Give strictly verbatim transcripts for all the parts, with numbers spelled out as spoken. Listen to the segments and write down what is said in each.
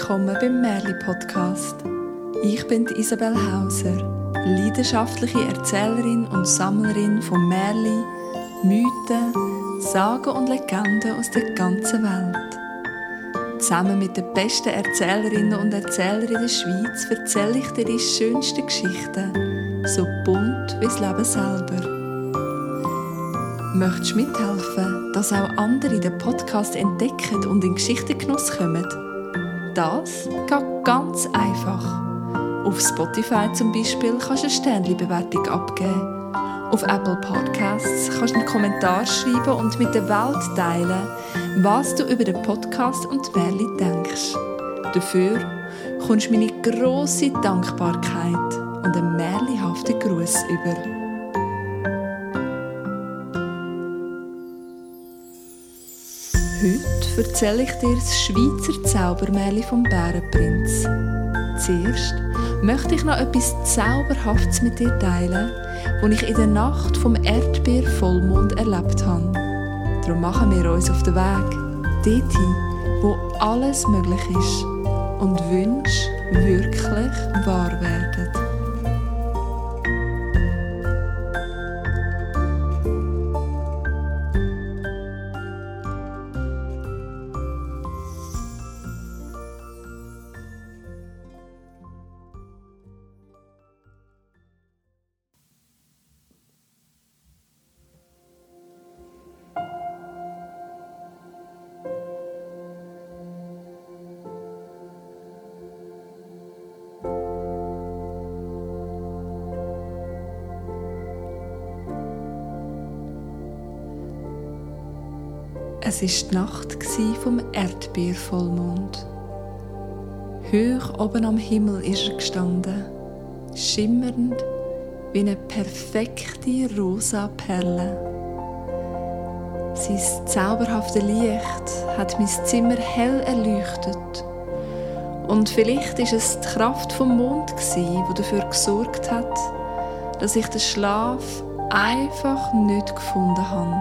willkommen beim Märli-Podcast. Ich bin Isabel Hauser, leidenschaftliche Erzählerin und Sammlerin von Märli, Mythen, Sagen und Legenden aus der ganzen Welt. Zusammen mit den besten Erzählerinnen und Erzählern in der Schweiz erzähle ich dir die schönsten Geschichten, so bunt wie das Leben selber. Möchtest du mithelfen, dass auch andere den Podcast entdecken und in Geschichtengenuss kommen? Das geht ganz einfach. Auf Spotify zum Beispiel kannst du eine Sternchen-Bewertung abgeben. Auf Apple Podcasts kannst du einen Kommentar schreiben und mit der Welt teilen, was du über den Podcast und Märli denkst. Dafür kommst du meine grosse Dankbarkeit und einen märlihaften Gruß über. Heute erzähle ich dir das Schweizer Zaubermärli vom Bärenprinz. Zuerst möchte ich noch etwas Zauberhaftes mit dir teilen, das ich in der Nacht vom Erdbeer-Vollmond erlebt habe. Darum machen wir uns auf den Weg, dorthin, wo alles möglich ist und Wünsche wirklich wahr werden. Es war die Nacht vom Erdbeervollmond. Hoch oben am Himmel ist er gestanden, schimmernd wie eine perfekte rosa Perle. Sein zauberhaftes Licht hat mein Zimmer hell erleuchtet. Und vielleicht war es die Kraft vom Mond, die dafür gesorgt hat, dass ich den Schlaf einfach nicht gefunden habe.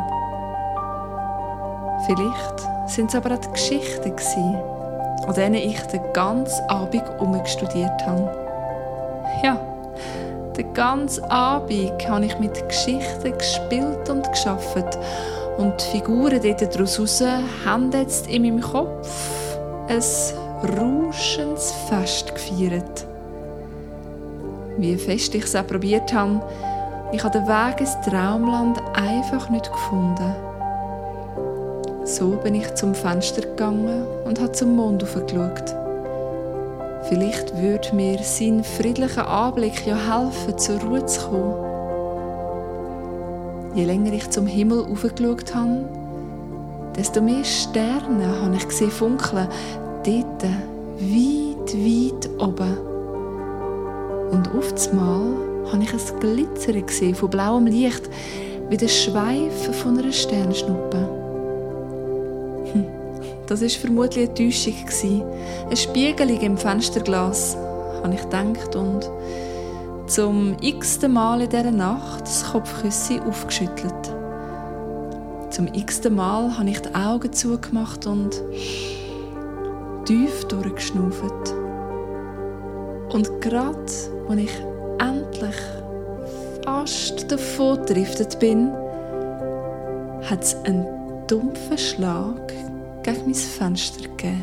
Vielleicht waren es aber auch die Geschichten, an denen ich den ganzen Abend herumgestudiert habe. Ja, den ganzen Abend habe ich mit Geschichten gespielt und gearbeitet. Und die Figuren dort daraus haben jetzt in meinem Kopf ein rauschendes Fest gefeiert. Wie fest ich es auch probiert habe, ich habe den Weg ins Traumland einfach nicht gefunden. So bin ich zum Fenster gegangen und habe zum Mond hochgeschaut. Vielleicht würde mir sein friedlicher Anblick ja helfen, zur Ruhe zu kommen. Je länger ich zum Himmel hochgeschaut habe, desto mehr Sterne habe ich gesehen funkeln, dort, weit, weit oben. Und auf einmal habe ich ein Glitzern gesehen von blauem Licht, wie der Schweif von einer Sternschnuppe. Das war vermutlich eine Täuschung, eine Spiegelung im Fensterglas, habe ich gedacht und zum x-ten Mal in dieser Nacht das Kopfkissen aufgeschüttelt. Zum x-ten Mal habe ich die Augen zugemacht und tief durchgeschnauft. Und gerade als ich endlich fast davon gedriftet bin, hat es einen dumpfen Schlag gegen mein Fenster gegeben.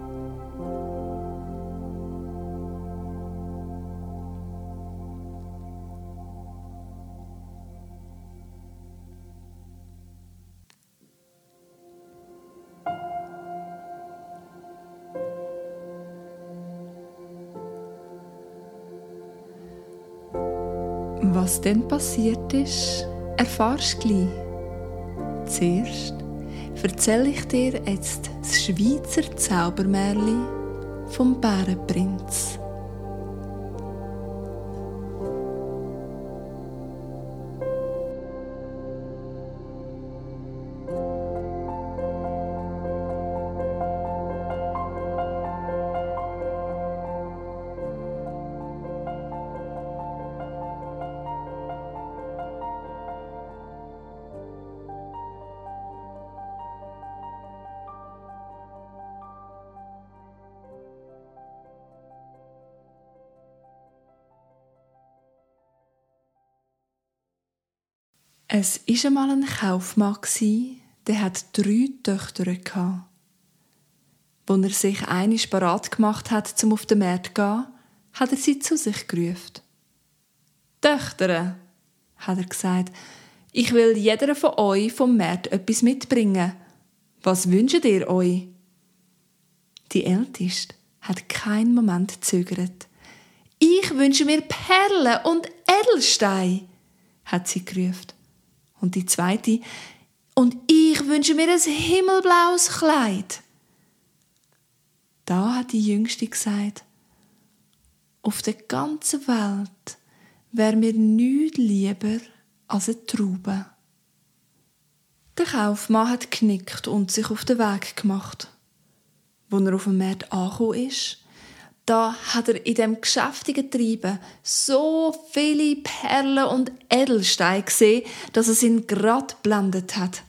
Was dann passiert ist, erfahrst du gleich. Zuerst erzähle ich dir jetzt das Schweizer Zaubermärli vom Bärenprinz. Es war einmal ein Kaufmann, der hatte drei Töchter. Als er sich einmal bereit gemacht hat, um auf den Markt zu gehen, hat er sie zu sich gerufen. «Töchter», hat er gesagt, «ich will jeder von euch vom Markt etwas mitbringen. Was wünscht ihr euch?» Die Älteste hat keinen Moment gezögert. «Ich wünsche mir Perlen und Edelsteine», hat sie gerufen. Und die Zweite, «Und ich wünsche mir ein himmelblaues Kleid». Da hat die Jüngste gesagt, «Auf der ganzen Welt wäre mir nichts lieber als eine Traube.» Der Kaufmann hat genickt und sich auf den Weg gemacht. Als er auf dem Markt angekommen ist, da hat er in dem geschäftigen Treiben so viele Perlen und Edelsteine gesehen, dass es ihn grad blendet hat.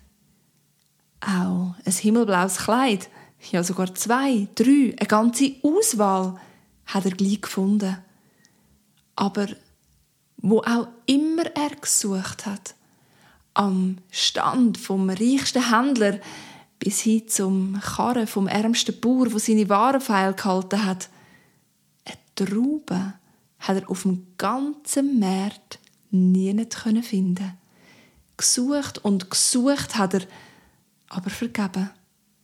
Auch ein himmelblaues Kleid, ja sogar zwei, drei, eine ganze Auswahl, hat er gleich gefunden. Aber wo auch immer er gesucht hat, am Stand vom reichsten Händler bis hin zum Karren vom ärmsten Bauer, der seine Waren feilgehalten hat, eine Traube hat er auf dem ganzen Markt nie finden. Gesucht und gesucht hat er, aber vergeben.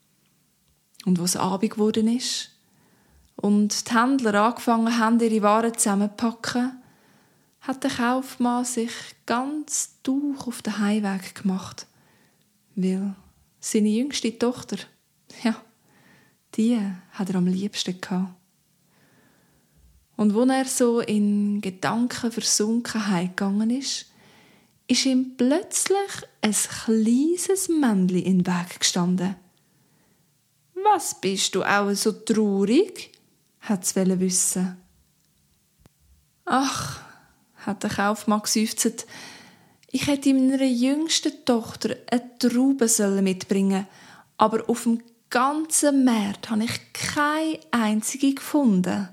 Und als es Abend geworden ist und die Händler angefangen haben, ihre Waren zusammenzupacken, hat der Kaufmann sich ganz durch auf den Heimweg gemacht, weil seine jüngste Tochter, ja, die hat er am liebsten gehabt. Und als er so in Gedanken versunken heimgegangen ist, ist ihm plötzlich ein kleines Männchen in den Weg gestanden. «Was bist du auch so traurig?» hat es wissen. «Ach», hat der Kaufmann geseufzt, «ich hätte meiner jüngsten Tochter eine Traube mitbringen sollen, aber auf dem ganzen Markt habe ich keine einzige gefunden.»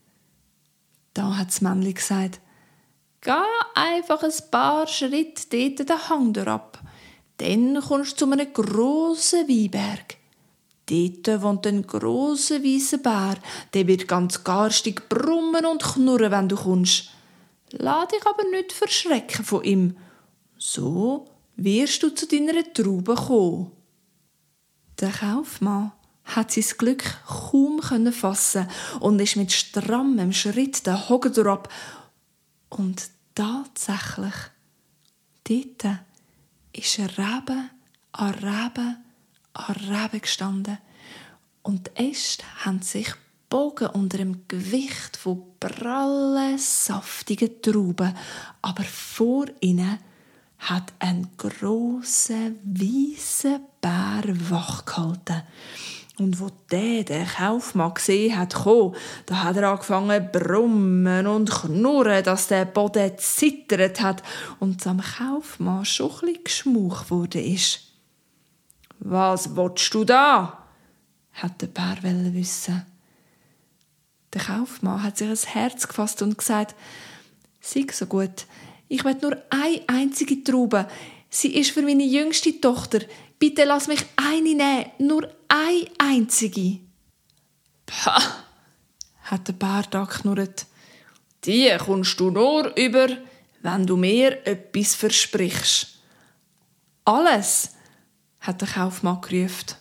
Da hat das Männchen gesagt, «Geh einfach ein paar Schritte dort den Hang ab. Dann kommst du zu einem grossen Weinberg. Dort wohnt ein grosser weisser Bär, der wird ganz garstig brummen und knurren, wenn du kommst. Lass dich aber nicht verschrecken von ihm. So wirst du zu deiner Traube kommen.» Der Kaufmann hat sein Glück kaum fassen und ist mit strammem Schritt den Hogen durchab. Und tatsächlich, dort ist ein Rebe an Rebe an Rebe gestanden. Und die Äste haben sich gebogen unter dem Gewicht von prallen, saftigen Trauben. Aber vor ihnen hat ein grosser, weisser Bär wach gehalten. Und wo der den Kaufmann gesehen hat, kommen, da hat er angefangen zu brummen und knurren, dass der Boden zittert hat und am Kaufmann schon ein bisschen geschmaucht worden ist. «Was willst du da?» hat der Bär wissen. Der Kaufmann hat sich ans Herz gefasst und gesagt, «Sei so gut, ich will nur eine einzige Traube. Sie ist für meine jüngste Tochter. Bitte lass mich eine nehmen, nur eine einzige.» «Pah!» hat der Bär da geknurrt. «Die kommst du nur über, wenn du mir etwas versprichst.» «Alles!» hat der Kaufmann gerufen.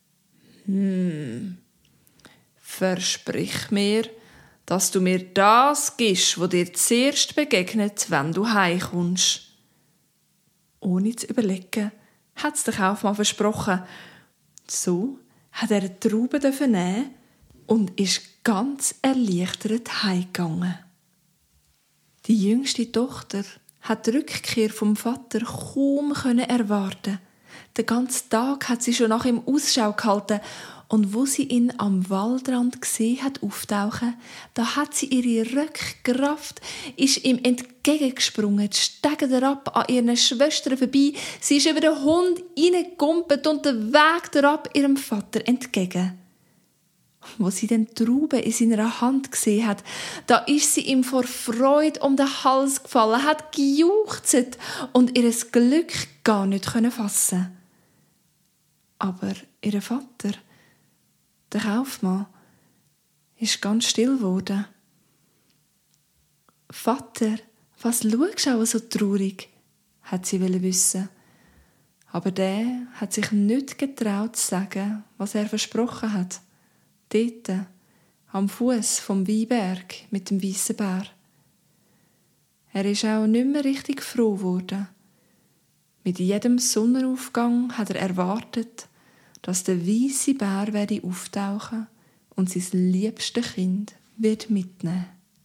«Hm, versprich mir, dass du mir das gibst, was dir zuerst begegnet, wenn du heimkommst.» Ohne zu überlegen, hat es der Kaufmann versprochen. So hat er eine Traube nehmen und ist ganz erleichtert heimgegangen. Die jüngste Tochter hat die Rückkehr vom Vater kaum erwarten. Den ganzen Tag hat sie schon nach ihm Ausschau gehalten und wo sie ihn am Waldrand gesehen hat auftauchen, da hat sie ihre Rückkraft, ist ihm entgegengesprungen, die Stege herab an ihren Schwestern vorbei, sie ist über den Hund reingekumpelt und den Weg herab ihrem Vater entgegen. Wo sie den Trauben in seiner Hand gesehen hat, da ist sie ihm vor Freude um den Hals gefallen, hat gejuchzt und ihr Glück gar nicht fassen. Aber ihr Vater, der Kaufmann, ist ganz still geworden. «Vater, was schaust du auch so traurig?» hat sie wissen. Aber der hat sich nicht getraut zu sagen, was er versprochen hat. Dort, am Fuß vom Weinberg mit dem weißen Bär. Er ist auch nicht mehr richtig froh geworden. Mit jedem Sonnenaufgang hat er erwartet, dass der weiße Bär werde auftauchen und sein liebstes Kind wird mitnehmen.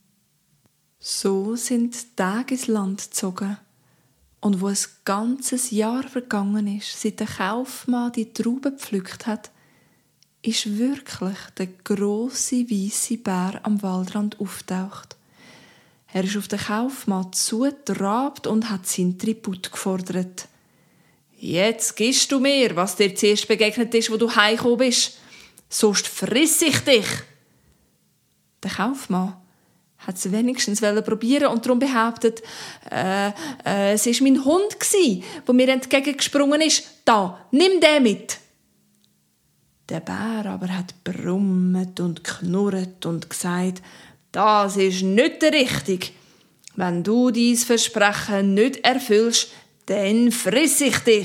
So sind die Tage ins Land gezogen. Und wo ein ganzes Jahr vergangen ist, seit der Kaufmann die Trauben gepflückt hat, ist wirklich der grosse weisse Bär am Waldrand auftaucht. Er ist auf den Kaufmann zugetrabt und hat seinen Tribut gefordert. «Jetzt gibst du mir, was dir zuerst begegnet ist, wo du heimgekommen bist. Sonst friss ich dich!» Der Kaufmann hat es wenigstens probieren und darum behauptet, äh, äh, es war mein Hund, der mir entgegengesprungen ist. «Da, nimm den mit!» Der Bär aber hat brummet und knurrt und gesagt, «Das ist nicht richtig. Wenn du dies Versprechen nicht erfüllst, dann friss ich dich!»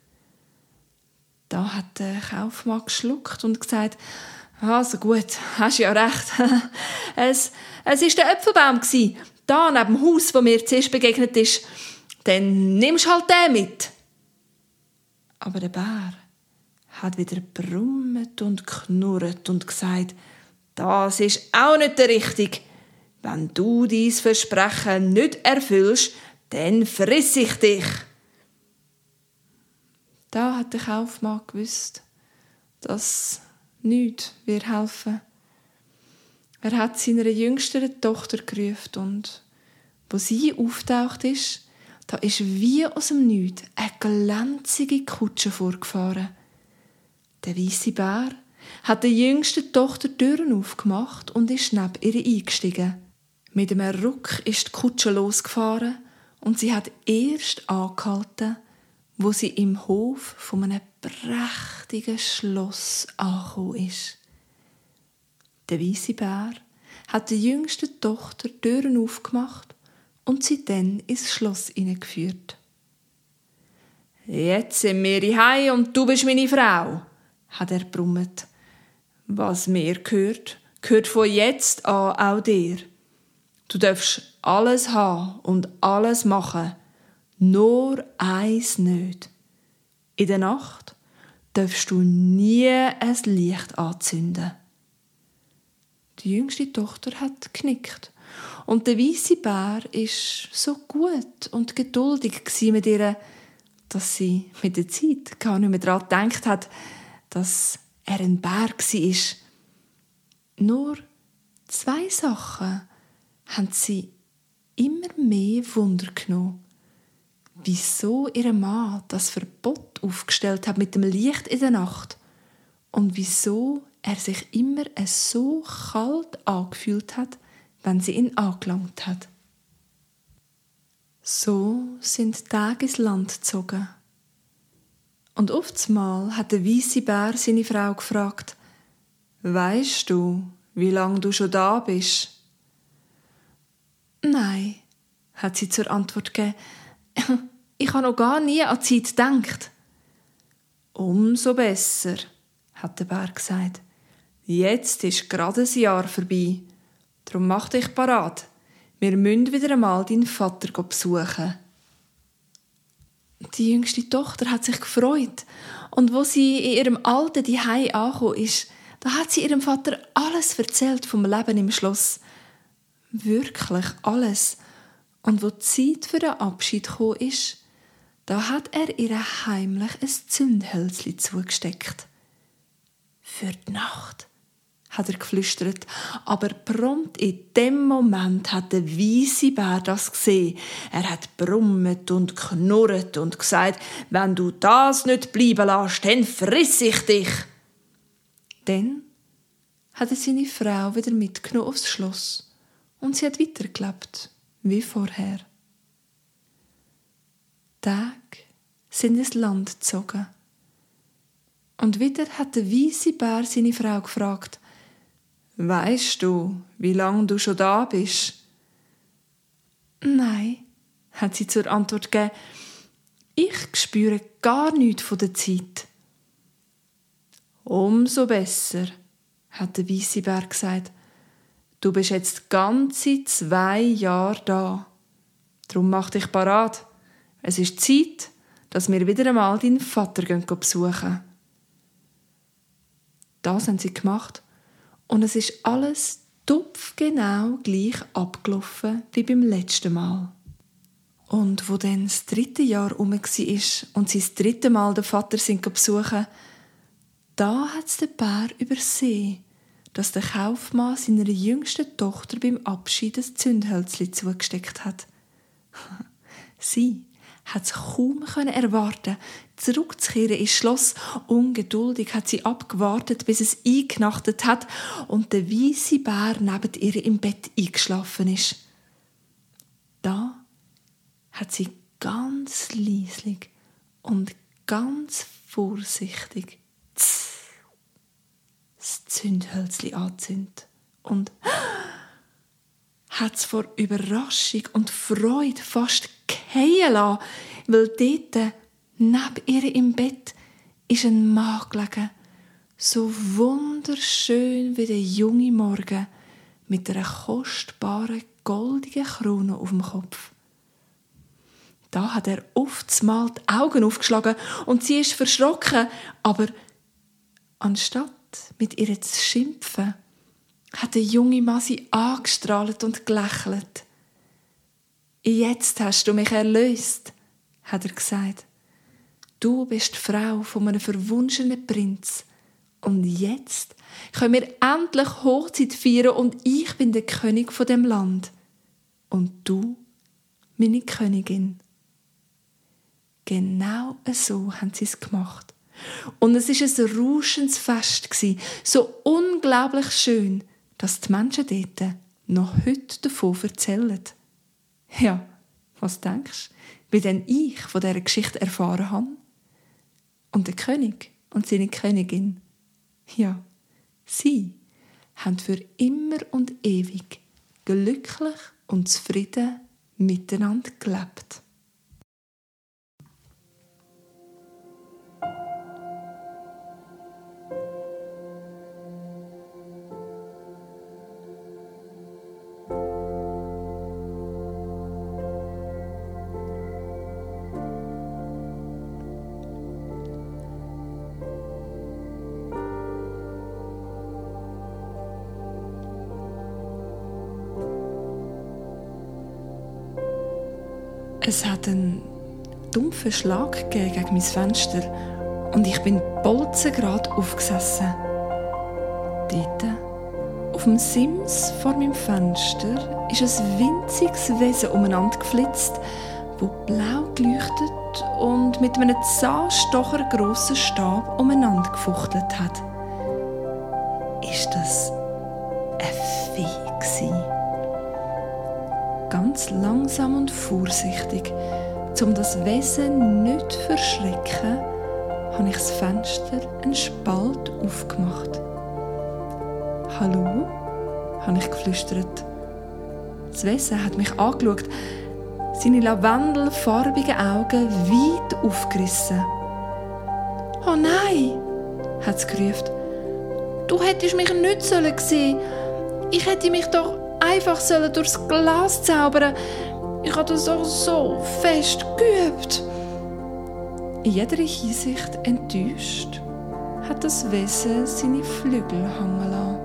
Da hat der Kaufmann geschluckt und gesagt, «Also gut, hast ja recht. es, es ist der Äpfelbaum gsi, da neben dem Haus, wo mir zuerst begegnet ist. Dann nimmst halt den mit.» Aber der Bär hat wieder brummet und knurrt und gesagt, «Das ist auch nicht richtig. Wenn du dies Versprechen nicht erfüllst, dann friss ich dich.» Da hat der Kaufmann gewusst, dass nichts wird helfen. Er hat seiner jüngsten Tochter gerufen und wo sie auftaucht ist, da ist wie aus dem Nichts eine glänzige Kutsche vorgefahren. Der weisse Bär hat der jüngsten Tochter die Türen aufgemacht und ist neben ihr eingestiegen. Mit einem Ruck ist die Kutsche losgefahren und sie hat erst angehalten, wo sie im Hof von einem prächtigen Schloss angekommen ist. Der weisse Bär hat der jüngsten Tochter die Türen aufgemacht und sie dann ins Schloss hineingeführt. «Jetzt sind wir heim und du bist meine Frau», hat er brummet. «Was mir gehört, gehört von jetzt an auch dir. Du darfst alles haben und alles machen, nur eins nicht. In der Nacht darfst du nie ein Licht anzünden.» Die jüngste Tochter hat geknickt. Und der weisse Bär war so gut und geduldig mit ihr, dass sie mit der Zeit gar nicht mehr daran gedacht hat, dass er ein Bär war. Nur zwei Sachen haben sie immer mehr Wunder genommen. Wieso ihr Mann das Verbot aufgestellt hat mit dem Licht in der Nacht und wieso er sich immer so kalt angefühlt hat, wenn sie ihn angelangt hat. So sind die Tage ins Land gezogen. Und oftmals hat der weisse Bär seine Frau gefragt, «Weisst du, wie lange du schon da bist?» «Nein», hat sie zur Antwort gegeben, «ich habe noch gar nie an die Zeit gedacht.» «Umso besser», hat der Bär gesagt. «Jetzt ist gerade ein Jahr vorbei. Darum mach dich parat. Wir müssen wieder einmal deinen Vater besuchen.» Die jüngste Tochter hat sich gefreut. Und wo sie in ihrem alten Zuhause angekommen ist, da hat sie ihrem Vater alles erzählt vom Leben im Schloss. Wirklich alles. Und wo die Zeit für den Abschied gekommen ist, da hat er ihr heimlich ein Zündhölzchen zugesteckt. «Für die Nacht», hat er geflüstert, aber prompt in dem Moment hat der weisse Bär das gesehen. Er hat brummet und knurrt und gesagt, «Wenn du das nicht bleiben lässt, dann friss ich dich.» Dann hat er seine Frau wieder mitgenommen aufs Schloss und sie hat weitergelebt, wie vorher. Tage sind ins Land gezogen. Und wieder hat der weise Bär seine Frau gefragt: «Weisst du, wie lange du schon da bist?» «Nein», hat sie zur Antwort gegeben, «ich spüre gar nichts von der Zeit.» «Umso besser», hat der weise Bär gesagt. «Du bist jetzt ganze zwei Jahre da. Darum mach dich parat. Es ist Zeit, dass wir wieder einmal deinen Vater besuchen.» Das haben sie gemacht und es ist alles tupfgenau gleich abgelaufen wie beim letzten Mal. Und wo dann das dritte Jahr um war und sie das dritte Mal den Vater besuchen, da hat es der Bär übersehen, dass der Kaufmann seiner jüngsten Tochter beim Abschied ein Zündhölzchen zugesteckt hat. Sie hat es kaum erwarten, zurückzukehren ins Schloss. Ungeduldig hat sie abgewartet, bis es eingenachtet hat und der weise Bär neben ihr im Bett eingeschlafen ist. Da hat sie ganz leislich und ganz vorsichtig das Zündhölzchen angezündet und hat es vor Überraschung und Freude fast fallen lassen, weil dort, neben ihr im Bett, ist ein Mann gelegen, so wunderschön wie der junge Morgen, mit einer kostbaren, goldigen Krone auf dem Kopf. Da hat er oft mal die Augen aufgeschlagen und sie ist verschrocken, aber anstatt mit ihr zu schimpfen, hat der junge Mann sie angestrahlt und gelächelt. «Jetzt hast du mich erlöst», hat er gesagt. «Du bist die Frau von einem verwunschenen Prinz. Und jetzt können wir endlich Hochzeit feiern und ich bin der König von dem Land. Und du, meine Königin.» Genau so haben sie es gemacht. Und es war ein rauschendes Fest, so unglaublich schön, dass die Menschen dort noch heute davon erzählen. Ja, was denkst du, wie denn ich von dieser Geschichte erfahren habe? Und der König und seine Königin, ja, sie haben für immer und ewig glücklich und zufrieden miteinander gelebt. Es hat einen dumpfen Schlag gegeben gegen mein Fenster und ich bin bolzengerade aufgesessen. Dort, auf dem Sims vor meinem Fenster, ist ein winziges Wesen umeinander geflitzt, das blau geleuchtet und mit einem Zahnstocher grossen Stab umeinander gefuchtelt hat. Ist das eine Fee gewesen? Ganz langsam und vorsichtig, um das Wesen nicht zu verschrecken, habe ich das Fenster einen Spalt aufgemacht. «Hallo?» habe ich geflüstert. Das Wesen hat mich angeschaut, seine lavendelfarbigen Augen weit aufgerissen. «Oh nein!» hat es gerufen. «Du hättest mich nicht sehen sollen. Ich hätte mich doch einfach durchs Glas zaubern. Ich habe das auch so fest geübt.» In jeder Hinsicht enttäuscht, hat das Wesen seine Flügel hängen lassen.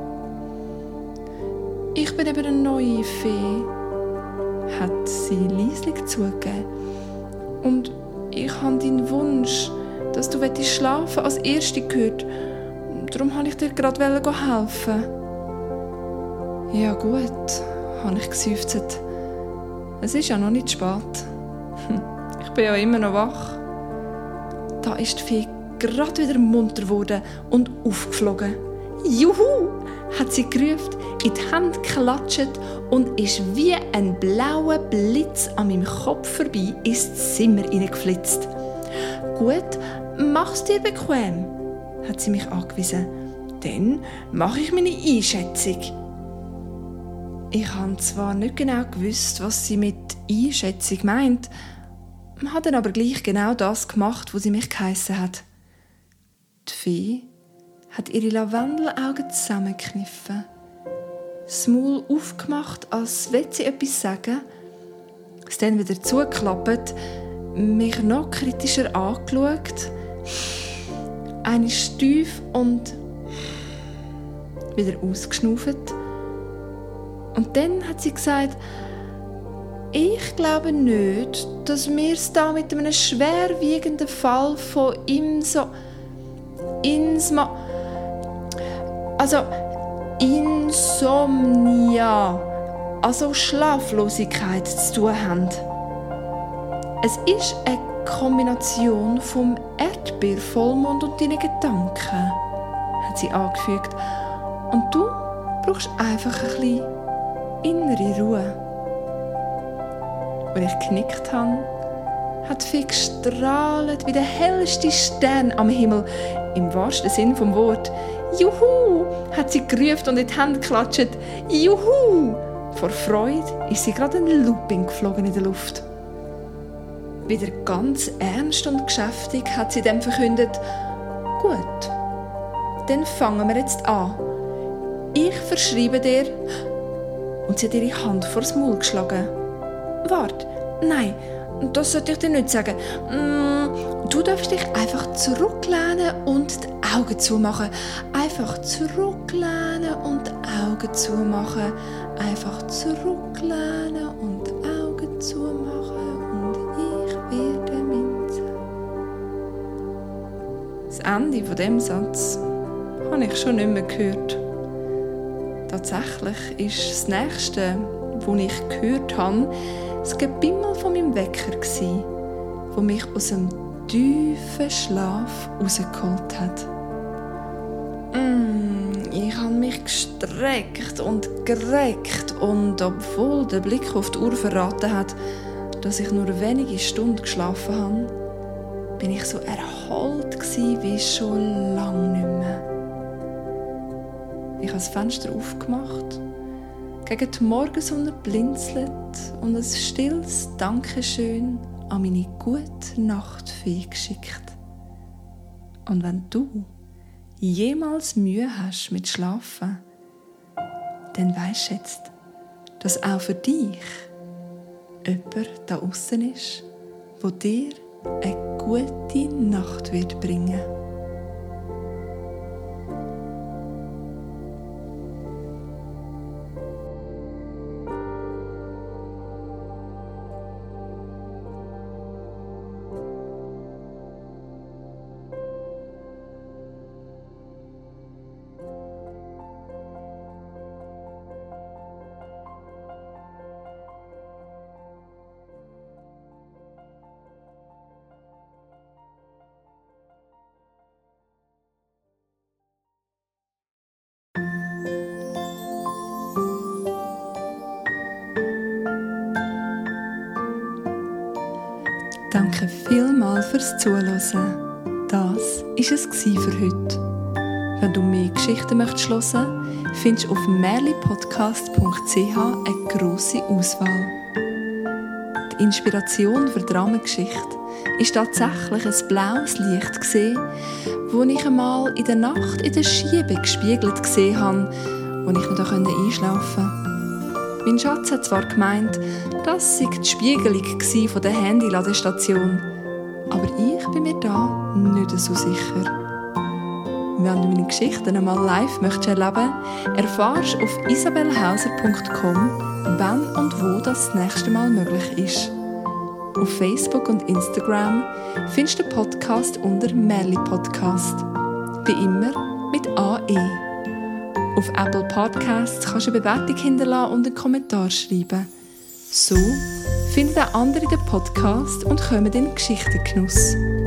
«Ich bin eben eine neue Fee», hat sie leislich zugegeben. «Und ich habe deinen Wunsch, dass du schlafen willst, als Erste gehört. Darum wollte ich dir gerade helfen.» «Ja gut», habe ich geseufzt. «Es ist ja noch nicht spät. Ich bin ja immer noch wach.» Da ist die Fee gerade wieder munter geworden und aufgeflogen. «Juhu!» hat sie gerufen, in die Hände geklatscht und ist wie ein blauer Blitz an meinem Kopf vorbei ins Zimmer hineingeflitzt. «Gut, mach's dir bequem», hat sie mich angewiesen. «Dann mache ich meine Einschätzung.» Ich habe zwar nicht genau gewusst, was sie mit Einschätzung meint, habe dann aber gleich genau das gemacht, was sie mich geheissen hat. Die Fee hat ihre Lavendelaugen zusammengekniffen, das Maul aufgemacht, als wollte sie etwas sagen, es dann wieder zugeklappt, mich noch kritischer angeschaut, eine Stief und wieder ausgeschnauft. Und dann hat sie gesagt, ich glaube nicht, dass wir es da mit einem schwerwiegenden Fall von Inso... Insma... Also Insomnia, also Schlaflosigkeit zu tun haben. Es ist eine Kombination vom Erdbeervollmond und deinen Gedanken, hat sie angefügt. Und du brauchst einfach ein bisschen innere Ruhe. Als ich geknickt habe, hat Fee gestrahlt wie der hellste Stern am Himmel. Im wahrsten Sinn vom Wort. «Juhu!» hat sie gerufen und in die Hände geklatscht. «Juhu!» Vor Freude ist sie gerade ein Looping geflogen in der Luft. Wieder ganz ernst und geschäftig hat sie dann verkündet, «Gut, dann fangen wir jetzt an. Ich verschreibe dir...» Und sie hat ihre Hand vors Maul geschlagen. «Warte, nein, das sollte ich dir nicht sagen. Du darfst dich einfach zurücklehnen und die Augen zumachen. Einfach zurücklehnen und die Augen zumachen. Einfach zurücklehnen und die Augen zumachen. Und ich werde minzen.» Das Ende von dem Satz habe ich schon nicht mehr gehört. Tatsächlich ist das Nächste, was ich gehört habe, das Gebimmel von meinem Wecker, das mich aus dem tiefen Schlaf rausgeholt hat. Mm, ich habe mich gestreckt und gereckt und obwohl der Blick auf die Uhr verraten hat, dass ich nur wenige Stunden geschlafen habe, bin ich so erholt wie schon lange nicht mehr. Ich habe das Fenster aufgemacht, gegen die Morgensonne blinzelt und ein stilles Dankeschön an meine gute Nachtfee geschickt. Und wenn du jemals Mühe hast mit Schlafen, dann weisst jetzt, dass auch für dich jemand da aussen ist, der dir eine gute Nacht wird bringen. Danke vielmals fürs Zuhören. Das war es für heute. Wenn du mehr Geschichten möchtest hören, findest du auf merli podcast punkt c h eine grosse Auswahl. Die Inspiration für die Rahmengeschichte war tatsächlich ein blaues Licht, das ich einmal in der Nacht in der Schiebe gespiegelt gesehen habe, als ich nicht einschlafen konnte. Mein Schatz hat zwar gemeint, das sei die Spiegelung von der Handy-Ladestation, aber ich bin mir da nicht so sicher. Wenn du meine Geschichten einmal live möchtest erleben, erfahrst du auf isabellhauser punkt com, wann und wo das, das nächste Mal möglich ist. Auf Facebook und Instagram findest du den Podcast unter Merli Podcast. Wie immer mit A E. Auf Apple Podcasts kannst du eine Bewertung hinterlassen und einen Kommentar schreiben. So finden auch andere den Podcast und kommen in den Geschichtengenuss.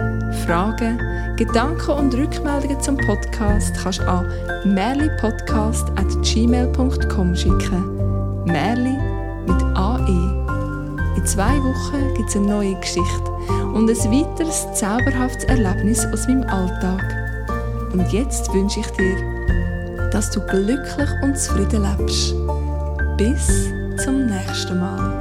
Fragen, Gedanken und Rückmeldungen zum Podcast kannst du an merlipodcast at gmail punkt com schicken. Merli mit A E. In zwei Wochen gibt es eine neue Geschichte und ein weiteres zauberhaftes Erlebnis aus meinem Alltag. Und jetzt wünsche ich dir, dass du glücklich und zufrieden lebst. Bis zum nächsten Mal.